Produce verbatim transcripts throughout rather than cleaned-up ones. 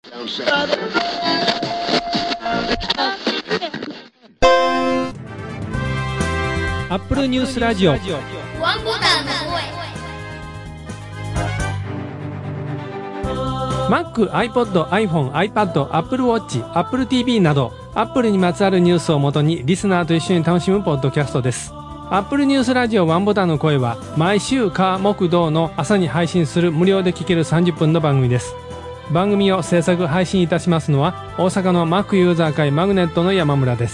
アップルニュースラジオワンボタンの声。 Mac、iPod、iPhone、iPad、Apple Watch、Apple ティーブイ など Apple にまつわるニュースをもとにリスナーと一緒に楽しむポッドキャストです。Apple ニュースラジオワンボタンの声は毎週火木土の朝に配信する無料で聴けるさんじゅっぷんの番組です。番組を制作配信いたしますのは大阪の Mac ユーザー会マグネットの山村です。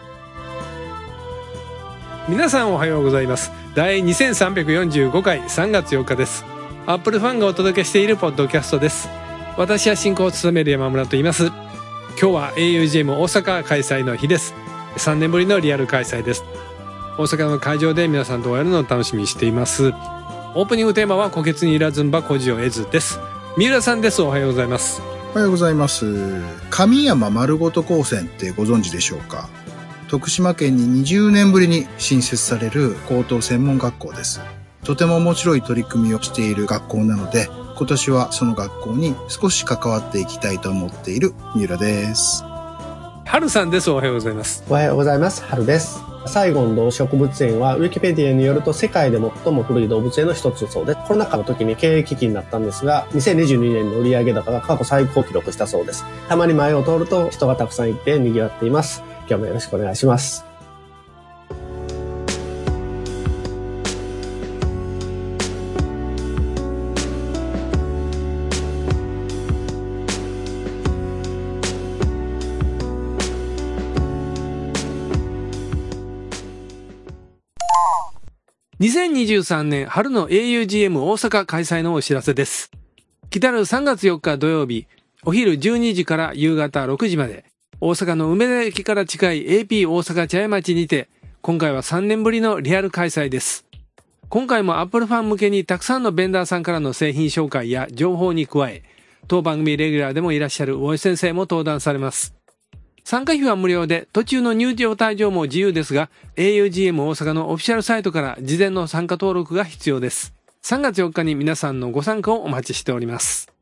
皆さんおはようございます。第にせんさんびゃくよんじゅうごかいさんがつよっかです。アップルファンがお届けしているポッドキャストです。私は進行を務める山村と言います。今日は エーユージーエム 大阪開催の日です。さんねんぶりのリアル開催です。大阪の会場で皆さんとお会いするのを楽しみにしています。オープニングテーマは虎穴にいらずんば孤児を得ずです。三浦さんです。おはようございます。 おはようございます。神山丸ごと高専ってご存知でしょうか。徳島県ににじゅうねんぶりに新設される高等専門学校です。とても面白い取り組みをしている学校なので、今年はその学校に少し関わっていきたいと思っている三浦です。 春さんです。おはようございます。 おはようございます。春です。サイゴン動植物園はウィキペディアによると世界で最も古い動物園の一つそうで、コロナ禍の時に経営危機になったんですが、にせんにじゅうにねんの売上高が過去最高記録したそうです。たまに前を通ると人がたくさんいて賑わっています。今日もよろしくお願いします。 にせんにじゅうさんねん春の エーユージーエム 大阪開催のお知らせです。来たるさんがつよっか土曜日、お昼じゅうにじから夕方ろくじまで、大阪の梅田駅から近い エーピー 大阪茶屋町にて、今回はさんねんぶりのリアル開催です。今回も Apple ファン向けにたくさんのベンダーさんからの製品紹介や情報に加え、当番組レギュラーでもいらっしゃる大江先生も登壇されます。参加費は無料で、途中の入場退場も自由ですが、エーユージーエム 大阪のオフィシャルサイトから事前の参加登録が必要です。さんがつよっかに皆さんのご参加をお待ちしております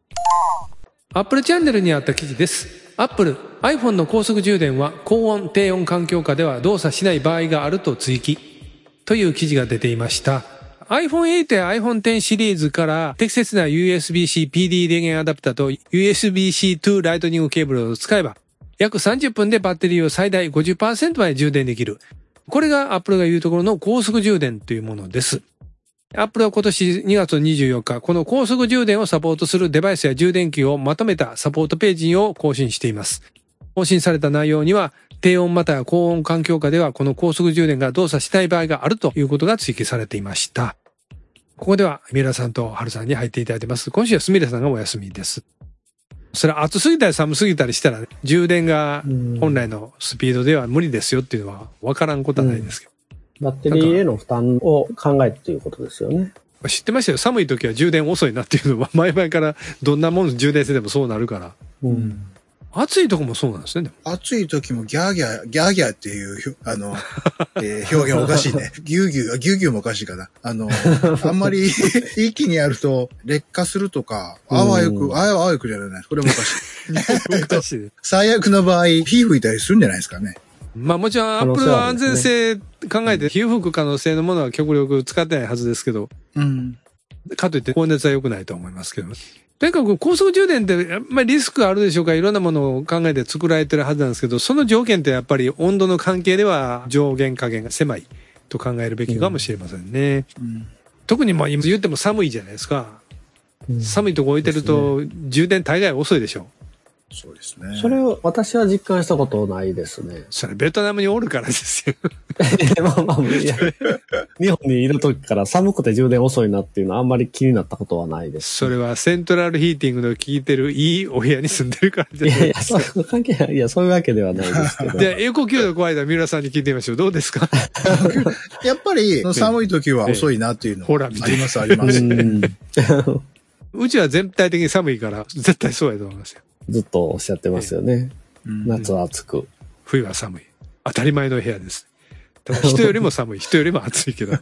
。Apple チャンネルにあった記事です。Apple、iPhone の高速充電は高温、低温環境下では動作しない場合があると追記という記事が出ていました。アイフォンエイト や アイフォンテン シリーズから適切な ユーエスビーシー ピーディー 電源アダプタと ユーエスビーシーツー ライトニングケーブルを使えば、約さんじゅっぷんでバッテリーを最大 ごじゅっパーセント まで充電できる。これが Apple が言うところの高速充電というものです。Apple は今年にがつにじゅうよっか、この高速充電をサポートするデバイスや充電器をまとめたサポートページを更新しています。更新された内容には、低温または高温環境下ではこの高速充電が動作しない場合があるということが追記されていました。ここでは三浦さんと春さんに入っていただいています。今週はすみれさんがお休みです。それは暑すぎたり寒すぎたりしたら、ね、充電が本来のスピードでは無理ですよっていうのは分からんことはないですけど、 うん、バッテリーへの負担を考えてということですよね。 知ってましたよ。寒い時は充電遅いなっていうのは前々からどんなもん充電してでもそうなるから、うん、暑いとこもそうなんですね。 暑い時もギャーギャーギャーギャーっていうあの、えー、表現おかしいね。ギューギューギューギューもおかしいかな。あのあんまり一気にやると劣化するとか、あわよくあわよくじゃない。これもおかしい。おかしい。最悪の場合火吹いたりするんじゃないですかね。 まあもちろんアップルは安全性考えて火吹く可能性のものは極力使ってないはずですけど、うん、かといって高熱は良くないと思いますけど。とにかく高速充電ってやっぱりリスクあるでしょうか。いろんなものを考えて作られてるはずなんですけど、その条件ってやっぱり温度の関係では上限下限が狭いと考えるべきかもしれませんね。うん、特にまあ今言っても寒いじゃないですか。うん、寒いとこ置いてると充電大概遅いでしょ。 そうですね。 それを私は実感したことないですね。 それベトナムにおるからですよ。 まあまあ、いや日本にいる時から寒くて充電遅いなっていうのはあんまり気になったことはないです。 それはセントラルヒーティングの効いてるいいお部屋に住んでるからじゃないですか。いやいや、そう関係ない。いや、そういうわけではないですけど。 じゃあ、エコキューの怖いのは三浦さんに聞いてみましょう。どうですか？ やっぱり、寒い時は遅いなっていうのはありますあります。 うちは全体的に寒いから、絶対そうやと思いますよ。 ずっとおっしゃってますよね。夏は暑く。 冬は寒い。当たり前の部屋です。ただ人よりも寒い。人よりも暑いけど。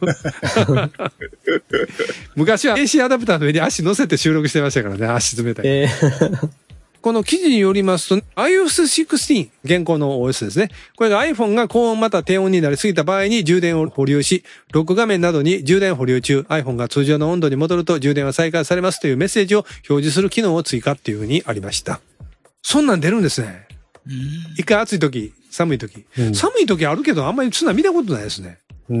昔は エーシー アダプターの上に足乗せて収録してましたからね。足冷たい。えー、 この記事によりますと、アイオーエスじゅうろく、現行の オーエス ですね。これが iPhone が高温また低温になりすぎた場合に充電を保留し、ロック画面などに充電保留中、iPhone が通常の温度に戻ると充電は再開されますというメッセージを表示する機能を追加っていうふうにありました。そんなん出るんですね。一回暑い時、寒い時、うん。寒い時あるけどあんまりそんな見たことないですね。 うん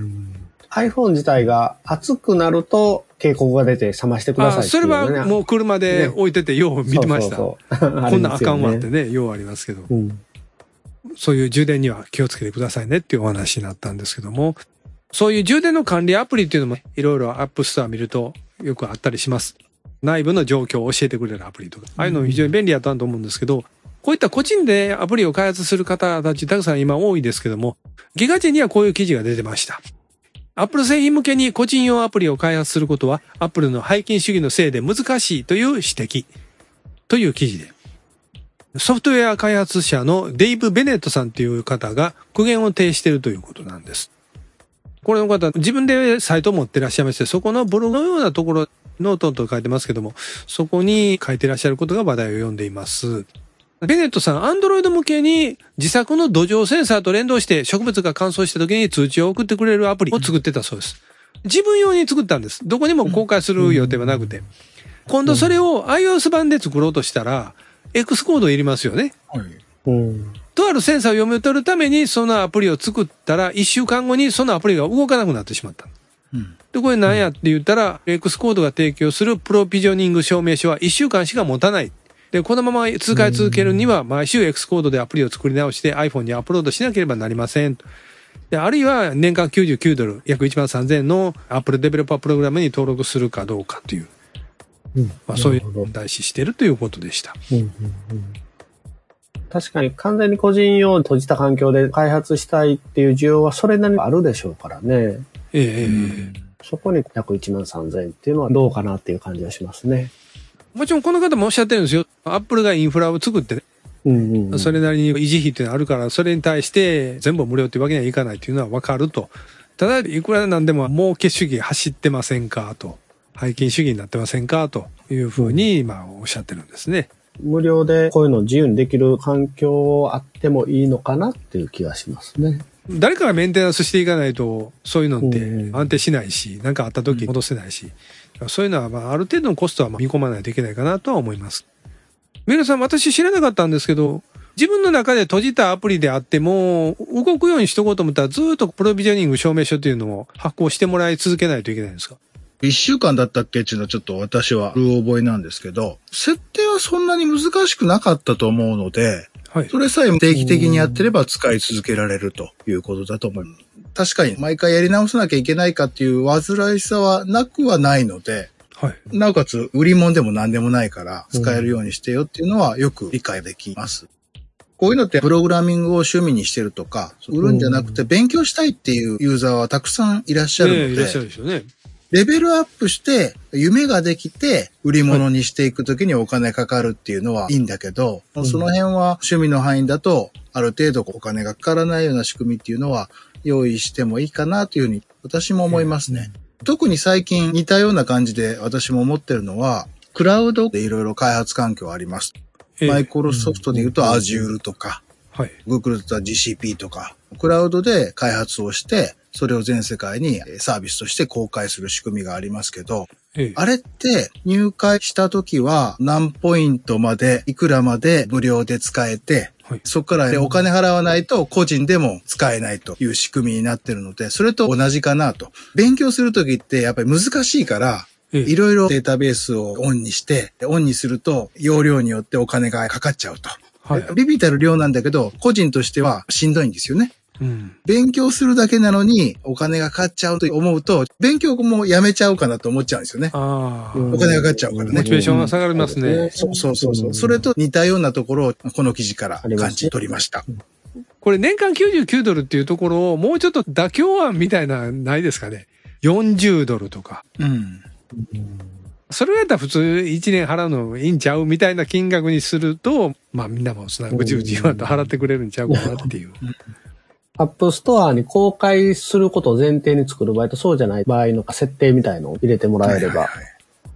。iPhone 自体が熱くなると警告が出て冷ましてくださいっていう、ね。 あ、それはもう車で置いててよう見てました。ね、そうそうそうこんなあかんわってね、ようありますけど、うん。そういう充電には気をつけてくださいねっていうお話になったんですけども、そういう充電の管理アプリっていうのもいろいろアップストア見るとよくあったりします。内部の状況を教えてくれるアプリとか、ああいうの非常に便利だったと思うんですけど、こういった個人でアプリを開発する方たちたくさん今多いですけども、ギガチェにはこういう記事が出てました。Apple 製品向けに個人用アプリを開発することは Apple の背筋主義のせいで難しいという指摘という記事で、ソフトウェア開発者のデイブ・ベネットさんという方が苦言を呈しているということなんです。これの方、自分でサイトを持ってらっしゃいまして、そこのブログのようなところ、ノートと書いてますけども、そこに書いてらっしゃることが話題を読んでいます。ベネットさん、Android 向けに自作の土壌センサーと連動して植物が乾燥した時に通知を送ってくれるアプリを作ってたそうです。自分用に作ったんです。どこにも公開する予定はなくて。今度それを iOS 版で作ろうとしたら、X コードいりますよね。はい。とあるセンサーを読み取るためにそのアプリを作ったら、いっしゅうかんごにそのアプリが動かなくなってしまった。うん、で、これ何やって言ったら、X コードが提供するプロビジョニング証明書はいっしゅうかんしか持たない。で、このまま使い続けるには、毎週 X コードでアプリを作り直して iPhone にアップロードしなければなりません。で、あるいは年間きゅうじゅうきゅうドル、約いちまんさんぜんえんの Apple デベロッパープログラムに登録するかどうかという、うん、まあ、そういうのを題ししているということでした。うんうんうん、 確かに完全に個人用閉じた環境で開発したいっていう需要はそれなりにあるでしょうからね。ええ、うん、そこに約いちまんさんぜんえんっていうのはどうかなっていう感じがしますね。 もちろんこの方もおっしゃってるんですよ。アップルがインフラを作ってね。うんうんうん、それなりに維持費っていうのがあるから、それに対して全部無料っていうわけにはいかないっていうのはわかると。ただ、いくらなんでも儲け主義走ってませんかと。背筋主義になってませんかというふうに、まあ、おっしゃってるんですね。 無料でこういうのを自由にできる環境あってもいいのかなっていう気がしますね。 誰かがメンテナンスしていかないと、そういうのって安定しないし、なんかあった時戻せないし。うん、そういうのは、まあ、ある程度のコストは見込まないといけないかなとは思います。メルさん、私知らなかったんですけど、自分の中で閉じたアプリであっても、動くようにしとこうと思ったら、ずっとプロビジョニング証明書っていうのを発行してもらい続けないといけないんですか？ 一週間だったっけっていうのはちょっと私はうろ覚えなんですけど、設定はそんなに難しくなかったと思うので、はい、それさえ定期的にやってれば使い続けられるということだと思います。確かに毎回やり直さなきゃいけないかっていう煩いさはなくはないので、はい、なおかつ売り物でも何でもないから使えるようにしてよっていうのはよく理解できます。こういうのってプログラミングを趣味にしてるとか、売るんじゃなくて勉強したいっていうユーザーはたくさんいらっしゃるので、えー、いらっしゃるでしょうね。レベルアップして夢ができて売り物にしていくときにお金かかるっていうのはいいんだけど、はい、その辺は趣味の範囲だとある程度お金がかからないような仕組みっていうのは用意してもいいかなというふうに私も思いますね。うん、特に最近似たような感じで私も思ってるのは、クラウドでいろいろ開発環境あります。えー、マイクロソフトで言うと Azure とか、はい、Google だったら ジーシーピー とか、クラウドで開発をして、それを全世界にサービスとして公開する仕組みがありますけど、ええ、あれって入会した時は何ポイントまでいくらまで無料で使えて、はい、そこからお金払わないと個人でも使えないという仕組みになってるので、それと同じかなと。勉強する時ってやっぱり難しいから、いろいろデータベースをオンにして、オンにすると容量によってお金がかかっちゃうと。はい、ビビたる量なんだけど、個人としてはしんどいんですよね。うん、勉強するだけなのにお金がかかっちゃうと思うと、勉強もやめちゃうかなと思っちゃうんですよね。あお金がかかっちゃうからね。 モチベーションが下がりますね。うん、 そうそうそうそう。それと似たようなところをこの記事から感じ取りました。 これ年間きゅうじゅうきゅうドルっていうところをもうちょっと妥協案みたいなないですかね。よんじゅうドルとか。うん。それやったら普通いちねん払うのいいんちゃうみたいな金額にすると、まあみんなもそんなぐちぐち言わんと払ってくれるんちゃうかなっていう。 アップストアに公開することを前提に作る場合とそうじゃない場合の設定みたいのを入れてもらえれば、はいはいはい、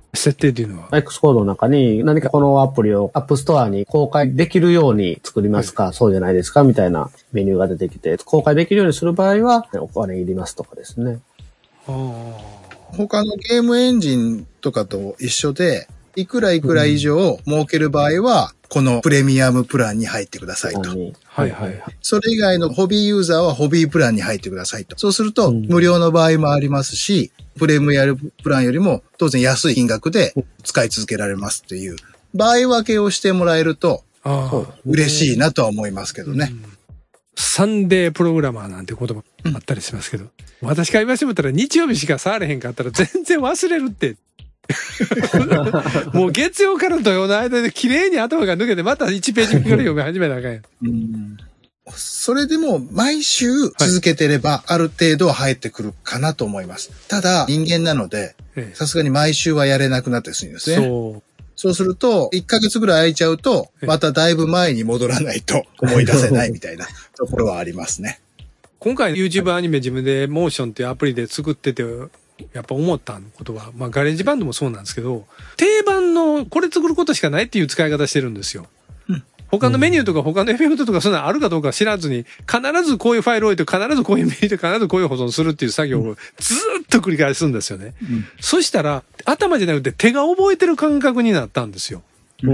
設定っていうのは X コードの中に何かこのアプリを App Store に公開できるように作りますか、はい、そうじゃないですかみたいなメニューが出てきて、公開できるようにする場合はお金いりますとかですね。 他のゲームエンジンとかと一緒で、いくらいくら以上設ける場合は、このプレミアムプランに入ってくださいと。はいはいはい。 それ以外のホビーユーザーはホビープランに入ってくださいと。そうすると、無料の場合もありますし、プレミアムプランよりも当然安い金額で使い続けられますっていう場合分けをしてもらえると嬉しいなとは思いますけどね。うん、 サンデープログラマーなんて言葉あったりしますけど、うん、私から言わせてもらったら日曜日しか触れへんかったら全然忘れるって。もう月曜から土曜の間で綺麗に頭が抜けてまたいちページ目から読み始めなあかんやん。うんそれでも毎週続けてればある程度は入ってくるかなと思います。ただ人間なのでさすがに毎週はやれなくなってするんですね。そうそうするといっかげつぐらい空いちゃうとまただいぶ前に戻らないと思い出せないみたいなところはありますね。 今回 YouTube アニメ自分でモーションっていうアプリで作っててやっぱ思ったことは、まあガレージバンドもそうなんですけど、定番のこれ作ることしかないっていう使い方してるんですよ。他のメニューとか他のエフェクトとかそんなのあるかどうか知らずに、必ずこういうファイルを置いて、必ずこういうメニューで必ずこういう保存するっていう作業をずーっと繰り返すんですよね。うん、そしたら、頭じゃなくて手が覚えてる感覚になったんですよ。うん、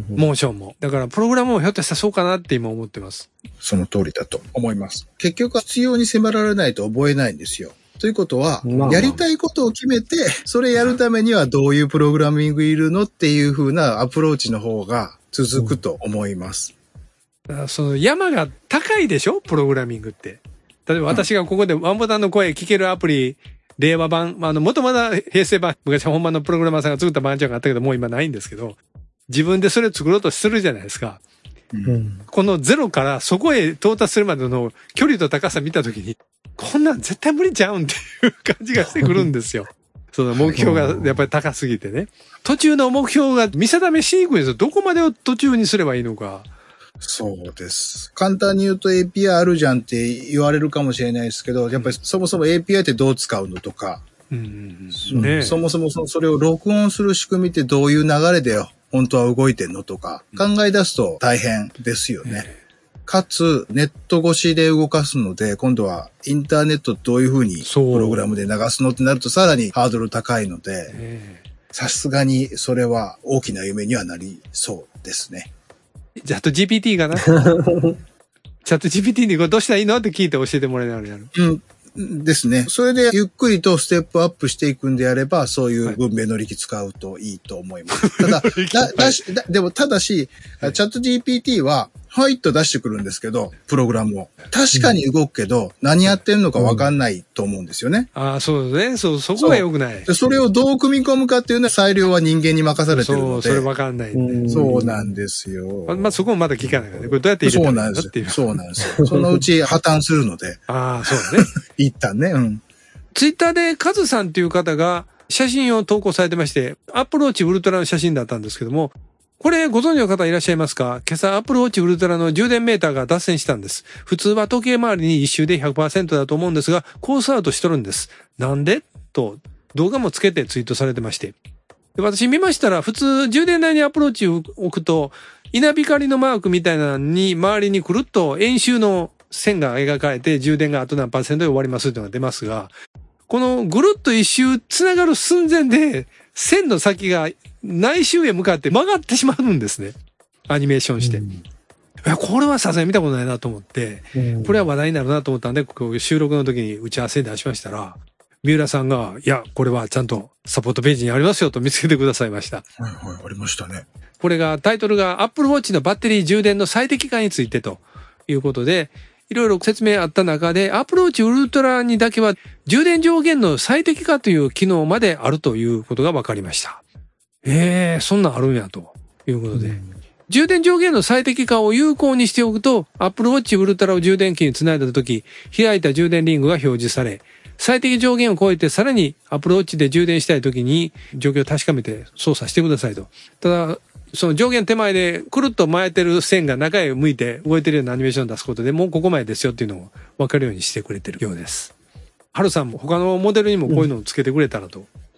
モーションも。だからプログラムもひょっとしたらそうかなって今思ってます。 その通りだと思います。結局は必要に迫られないと覚えないんですよ。ということは、やりたいことを決めて、それやるためにはどういうプログラミングいるのっていう風なアプローチの方が続くと思います。 うん、その山が高いでしょプログラミングって。例えば私がここでワンボタンの声聞けるアプリ、令和版、あの、元まだ平成版、昔本番のプログラマーさんが作った版ちゃんがあったけど、もう今ないんですけど、自分でそれを作ろうとするじゃないですか。うん、このゼロからそこへ到達するまでの距離と高さ見たときに、こんなん絶対無理ちゃうんっていう感じがしてくるんですよ。その目標がやっぱり高すぎてね。途中の目標が見定めしにくいんですよ。どこまでを途中にすればいいのか。 そうです。簡単に言うと エーピーアイ あるじゃんって言われるかもしれないですけど、やっぱりそもそも エーピーアイ ってどう使うのとか、うんね、そもそもそれを録音する仕組みってどういう流れで本当は動いてんのとか考え出すと大変ですよね。かつ、ネット越しで動かすので、今度はインターネットどういうふうにプログラムで流すのってなるとさらにハードル高いので、さすがにそれは大きな夢にはなりそうですね。 チャット ジーピーティー かなチャット ジーピーティー にこれどうしたらいいのって聞いて教えてもらえながらやる。 うん。ですね。それでゆっくりとステップアップしていくんであれば、そういう文明の力使うといいと思います。ただ、だだしだでもただし、はい、チャット ジーピーティー は、はいと出してくるんですけど、プログラムを。確かに動くけど、うん、何やってるのか分かんないと思うんですよね。 うん、ああ、そうですね。そう、そこが良くない。 で、それをどう組み込むかっていうのは、裁量は人間に任されてるので。 そう、それ分かんないんで。 そうなんですよ。 まあ、そこもまだ聞かないからね。これどうやって入れたらいいのっていう。 そうなんですよ。そのうち破綻するので。 ああ、そうね。 一旦ね、うん。 ツイッターでカズさんっていう方が写真を投稿されてまして、アップルウォッチウルトラの写真だったんですけども、これご存知の方いらっしゃいますか？今朝アップルウォッチウルトラの充電メーターが脱線したんです。普通は時計回りに一周で ひゃくパーセント だと思うんですが、コースアウトしとるんです。なんで？と動画もつけてツイートされてまして。で私見ましたら、普通充電台にアップルウォッチを置くと、稲光のマークみたいなのに周りにくるっと円周の線が描かれて充電があと何パーセントで終わりますというのが出ますが、このぐるっと一周繋がる寸前で線の先が内周へ向かって曲がってしまうんですね。アニメーションして。うん、いやこれはさすがに見たことないなと思って、うん、これは話題になるなと思ったんで、こう収録の時に打ち合わせ出しましたら、三浦さんが、いや、これはちゃんとサポートページにありますよと見つけてくださいました。 はいはい、ありましたね。 これが、タイトルが Apple Watch のバッテリー充電の最適化についてということで、いろいろ説明あった中で、Apple Watch Ultra にだけは充電上限の最適化という機能まであるということが分かりました。ええー、そんなんあるんやということで。うん、充電上限の最適化を有効にしておくと、Apple Watch Ultra を充電器につないだとき、開いた充電リングが表示され、最適上限を超えてさらに Apple Watch で充電したいときに状況を確かめて操作してくださいと。ただ、その上限手前でくるっと巻いてる線が中へ向いて動いてるようなアニメーションを出すことでもうここまでですよっていうのを分かるようにしてくれてるようです。ハルさんも他のモデルにもこういうのをつけてくれたらと。うん、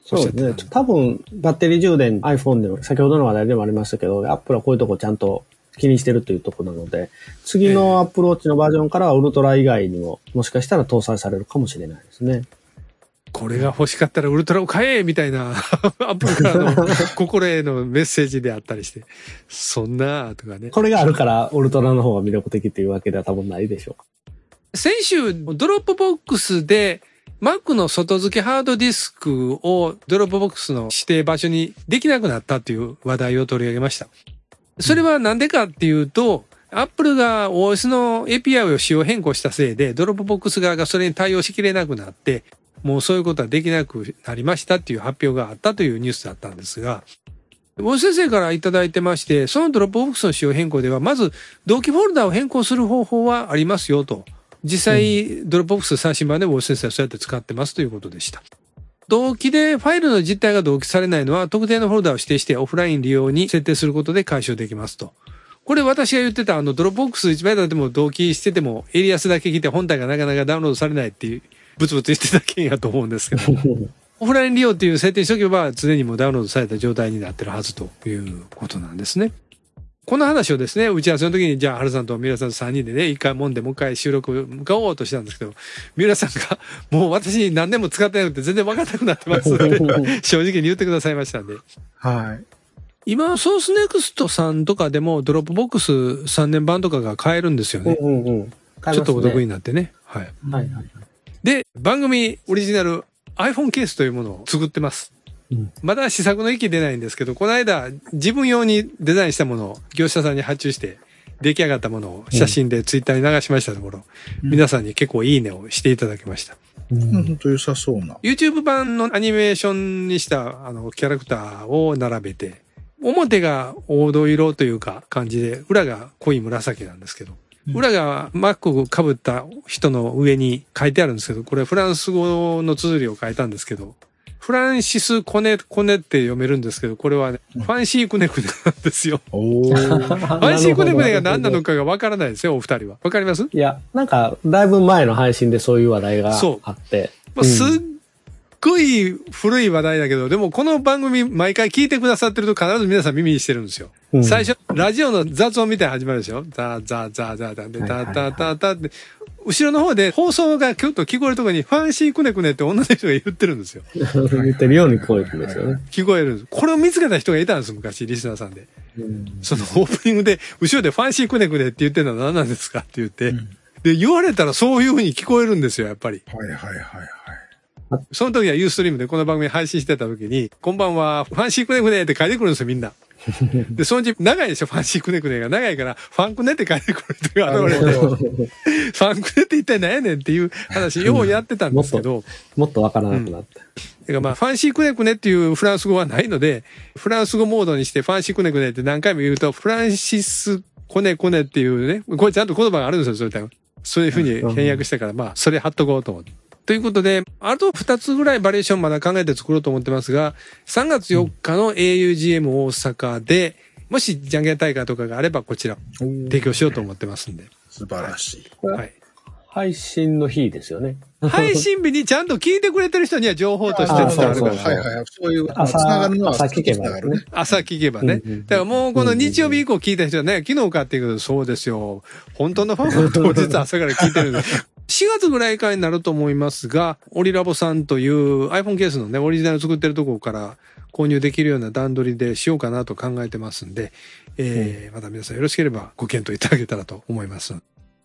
そうですね。多分、バッテリー充電 iPhone でも、先ほどの話題でもありましたけど、Apple はこういうとこちゃんと気にしてるというところなので、次の Apple Watch のバージョンからはウルトラ以外にも、もしかしたら搭載されるかもしれないですね。 これが欲しかったらウルトラを買えみたいな、アップルからの心へのメッセージであったりして、そんな、とかね。 これがあるからウルトラの方が魅力的というわけでは多分ないでしょうか。 先週、ドロップボックスで、Mac の外付けハードディスクをドロップボックスの指定場所にできなくなったという話題を取り上げました。それはなんでかっていうと、Apple が オーエス の エーピーアイ を仕様変更したせいで、ドロップボックス側がそれに対応しきれなくなって、もうそういうことはできなくなりましたっていう発表があったというニュースだったんですが、大先生からいただいてまして、そのドロップボックスの仕様変更では、まず同期フォルダを変更する方法はありますよと。実際、ドロップボックス最新版でウォー先生はそうやって使ってますということでした。同期でファイルの実体が同期されないのは特定のフォルダを指定してオフライン利用に設定することで解消できますと。これ私が言ってたあのドロップボックスいちまいだっても同期しててもエリアスだけ来て本体がなかなかダウンロードされないっていうブツブツ言ってた件やと思うんですけど。オフライン利用っていう設定しておけば常にもダウンロードされた状態になってるはずということなんですね。この話をですね、打ち合わせの時に、じゃあ、春さんと三浦さんとさんにんでね、一回もんでもう一回収録向かおうとしたんですけど、三浦さんが、もう私何年も使ってなくて全然分かんなくなってますので、正直に言ってくださいましたんで。 はい。 今、ソースネクストさんとかでも、ドロップボックスさんねん版とかが買えるんですよね。 うんうんうん、 ちょっとお得になってね。はい。 はいはい。 で、番組オリジナル iPhone ケースというものを作ってます。うん、まだ試作の域出ないんですけど、この間自分用にデザインしたものを業者さんに発注して出来上がったものを写真でツイッターに流しましたところ、うん、皆さんに結構いいねをしていただきました。 うん、本当良さそうな。 YouTube 版のアニメーションにしたあのキャラクターを並べて、表が黄土色というか感じで、裏が濃い紫なんですけど、うん、裏がマックを被った人の上に書いてあるんですけど、これフランス語の綴りを書いたんですけど、フランシス・コネ、コネって読めるんですけど、これはね、ファンシー・クネクネなんですよ。おファンシー・クネクネが何なのかがわからないですよ、お二人は。わかります？ いや、なんか、だいぶ前の配信でそういう話題があって。 まあ、すっごい古い話題だけど、でもこの番組毎回聞いてくださってると必ず皆さん耳にしてるんですよ。うん、最初、ラジオの雑音みたいに始まるでしょ？ザーザーザーザーザーで、タタタタって。後ろの方で放送がちょっと聞こえるところにファンシークネクネって女の人が言ってるんですよ。 言ってるように聞こえるんですよね。 聞こえる。これを見つけた人がいたんです、昔、リスナーさんで。うん、そのオープニングで、後ろでファンシークネクネって言ってるのは何なんですかって言って、うん、で、言われたらそういう風に聞こえるんですよ、やっぱり。 はいはいはいはい。 その時はユーストリームでこの番組配信してた時に、こんばんは、ファンシークネクネって書いてくるんですよ、みんな。で、そのうち長いでしょ、ファンシークネクネが長いから、ファンクネって書いてくる人が現れて、ファンクネって一体何やねんっていう話、ようやってたんですけど。 もっと、もっとわからなくなった。 うん、だからまあ、ファンシークネクネっていうフランス語はないので、フランス語モードにしてファンシークネクネって何回も言うと、フランシスコネコネっていうね、これちゃんと言葉があるんですよ、そういうそういうふうに翻訳したから、まあ、それ貼っとこうと思って。ということで、あとふたつぐらいバリエーションまだ考えて作ろうと思ってますが、さんがつよっかの エーユージーエム 大阪で、もしじゃんけん大会とかがあればこちら提供しようと思ってますんで。 素晴らしい。 はい。配信の日ですよね。 配信日にちゃんと聞いてくれてる人には情報として伝わるから。 はいはい。そういう、つながるのは朝聞けばね。 朝聞けばね。だからもうこの日曜日以降聞いた人はね、昨日かっていうとそうですよ。本当のファンは当日朝から聞いてるんで。しがつぐらいからになると思いますが、オリラボさんという iPhone ケースのね、オリジナル作ってるところから購入できるような段取りでしようかなと考えてますんで、えー、うん、また皆さんよろしければご検討いただけたらと思います。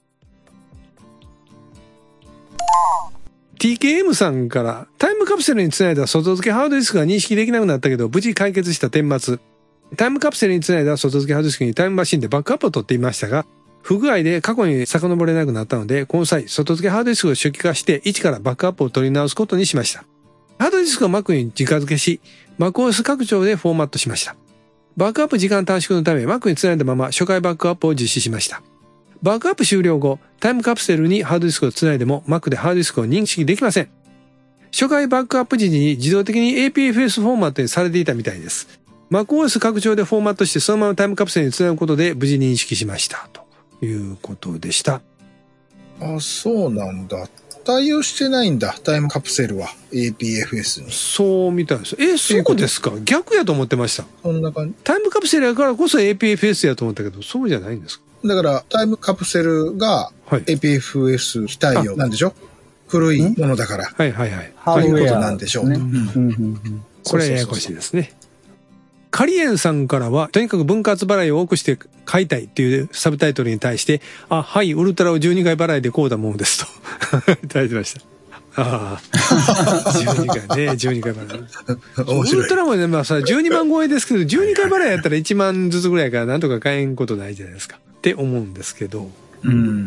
ティーケーエム さんからタイムカプセルにつないだ外付けハードディスクが認識できなくなったけど無事解決した顛末。タイムカプセルにつないだ外付けハードディスクにタイムマシンでバックアップを取っていましたが、不具合で過去に遡れなくなったので、この際、外付けハードディスクを初期化して、一からバックアップを取り直すことにしました。ハードディスクを Mac に直付けし、MacOS 拡張でフォーマットしました。バックアップ時間短縮のため、Mac につないだまま初回バックアップを実施しました。バックアップ終了後、タイムカプセルにハードディスクをつないでも、Mac でハードディスクを認識できません。初回バックアップ時に自動的に エーピーエフエス フォーマットにされていたみたいです。MacOS 拡張でフォーマットして、そのままタイムカプセルにつなぐことで無事認識しました。ということでした。 あ、そうなんだ。 対応してないんだ、タイムカプセルは エーピーエフエス に。 そうみたいです。え、そうですか。逆やと思ってました。 そんな感じ。 タイムカプセルやからこそ エーピーエフエス やと思ったけど、そうじゃないんですか。 だからタイムカプセルが エーピーエフエス 非対応なんでしょ。古いものだから。 はいはいはい。 ということなんでしょうと。 これややこしいですね。カリエンさんからは、とにかく分割払いを多くして買いたいっていうサブタイトルに対して、あ、はい、ウルトラをじゅうにかい払いでこうだものですと。いただいてました。ああ、じゅうにかいね、じゅうにかい払い。面白い。ウルトラもね、まあさ、じゅうにまん超えですけど、じゅうにかい払いやったらいちまんずつぐらいからなんとか買えんことないじゃないですか。って思うんですけど。 うん。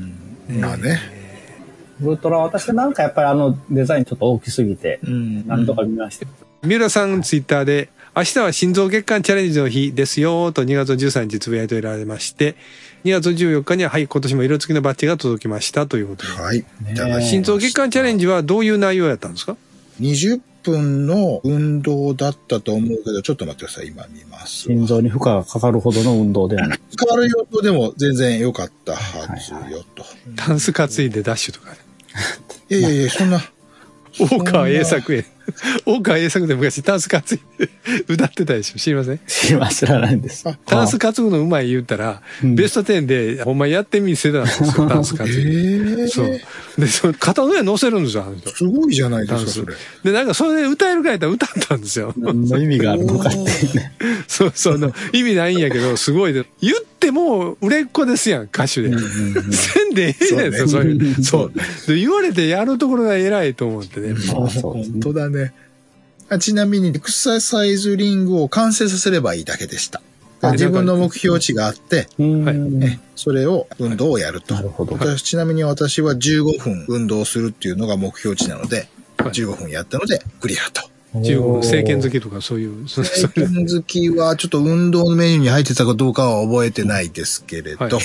まあね。 ウルトラ私なんかやっぱりあのデザインちょっと大きすぎて、なんとか見ました。 三浦さんツイッターで、明日は心臓血管チャレンジの日ですよとにがつじゅうさんにちつぶやいておられまして、にがつじゅうよっかには、はい、今年も色付きのバッジが届きましたということで。 はい。 心臓血管チャレンジはどういう内容やったんですか？ にじゅっぷんの運動だったと思うけど、ちょっと待ってください、今見ます。 心臓に負荷がかかるほどの運動ではない。 かかる用途でも全然良かったはずよと。 タンス担いでダッシュとかね。 いやいやいや、そんな。 大川栄作へ。大川栄作で昔タンス担いで歌ってたでしょ。知りません？ 知りません、知らないんです。 タンス担ぐのうまい言ったら、うん、ベストじゅうでほんまやってみせたんですよ、タンス担いで。えー、そう。で、その肩の上乗せるんですよ、あの人。 すごいじゃないですか、それ。 で、なんかそれで歌えるかやったら歌ったんですよ。 何の意味があるのかってね。 そう、その意味ないんやけど、すごいで。言っても売れっ子ですやん、歌手で。せんでええじゃないですか、そういう。そう。で、言われてやるところが偉いと思ってね。 本当だね。ちなみにエクササイズリングを完成させればいいだけでした。自分の目標値があって、えそれを運動をやると。なるほど。ちなみに私はじゅうごふん運動するっていうのが目標値なので、じゅうごふんやったのでクリアと。 じゅうごふん、正拳突きとかそういう。 正拳突きはちょっと運動のメニューに入ってたかどうかは覚えてないですけれど。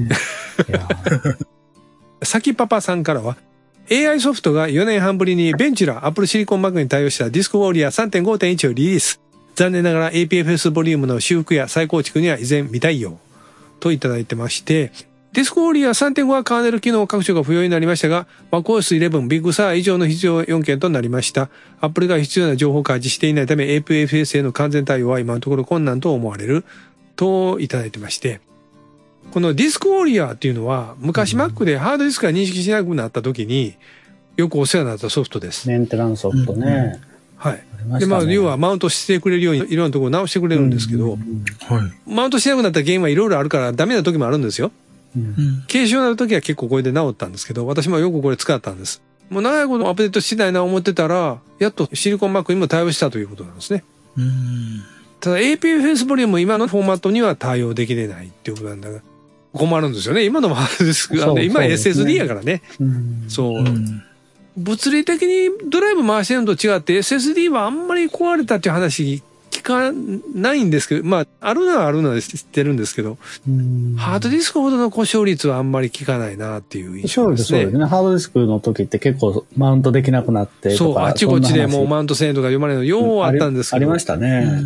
さきパパさんからは、エーアイ ソフトがよねんはんぶりにベンチュラ、Apple Silicon Mac に対応したディスクウォーリアー さんてんごてんいち をリリース。残念ながら エーピーエフエス ボリュームの修復や再構築には依然未対応といただいてまして、ディスクウォーリアー さんてんご はカーネル機能拡張が不要になりましたが、MacOS じゅういち Big Sur 以上の必要よんけんとなりました。Apple が必要な情報を開示していないため エーピーエフエス への完全対応は今のところ困難と思われるといただいてまして、このディスクウォーリアーっていうのは昔 Mac でハードディスクが認識しなくなった時によくお世話になったソフトです。 メンテナンスソフトね。 はい。で、まあ、要はマウントしてくれるようにいろんなところ直してくれるんですけど、マウントしなくなった原因はいろいろあるからダメな時もあるんですよ。うん、軽症になる時は結構これで治ったんですけど、私もよくこれ使ったんです。もう長いことアップデートしないな思ってたら、やっとシリコンマックにも対応したということなんですね。うん、ただ エーピーエフエス ボリューム今のフォーマットには対応できれないっていうことなんだが、困るんですよね。今のもハードディスク、あの今 エスエスディー やからね。うん、そう。うん物理的にドライブ回してるのと違って エスエスディー はあんまり壊れたっていう話聞かないんですけど、まあ、あるのはあるのは知ってるんですけど、ハードディスクほどの故障率はあんまり効かないなっていう印象ですね。そうですね。 ハードディスクの時って結構マウントできなくなってとか。 そう、あっちこっちでもうマウントせんとか読まれるのようあったんですけど。 ありましたね。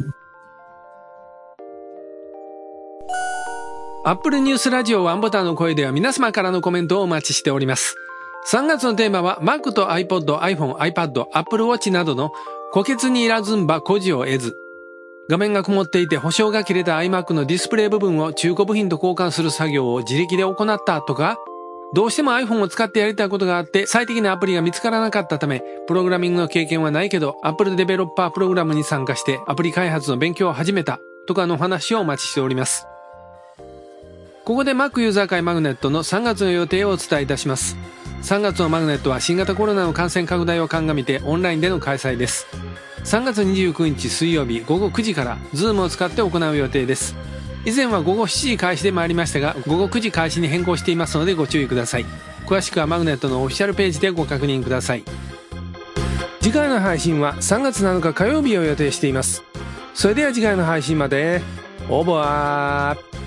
アップルニュースラジオワンボタンの声では皆様からのコメントをお待ちしております。さんがつのテーマは Mac と iPod、iPhone、iPad、Apple Watch などの虎穴にいらずんば孤児を得ず。画面が曇っていて保証が切れた iMac のディスプレイ部分を中古部品と交換する作業を自力で行ったとか、どうしても iPhone を使ってやりたいことがあって最適なアプリが見つからなかったため、プログラミングの経験はないけど Apple デベロッパープログラムに参加してアプリ開発の勉強を始めたとかの話をお待ちしております。ここで Mac ユーザー会マグネットのさんがつの予定をお伝えいたします。さんがつのマグネットは新型コロナの感染拡大を鑑みてオンラインでの開催です。さんがつにじゅうくにち水曜日ごごくじから Zoom を使って行う予定です。以前はごごしちじ開始で参りましたが、ごごくじ開始に変更していますのでご注意ください。詳しくはマグネットのオフィシャルページでご確認ください。次回の配信はさんがつなのか火曜日を予定しています。それでは次回の配信までオーバー。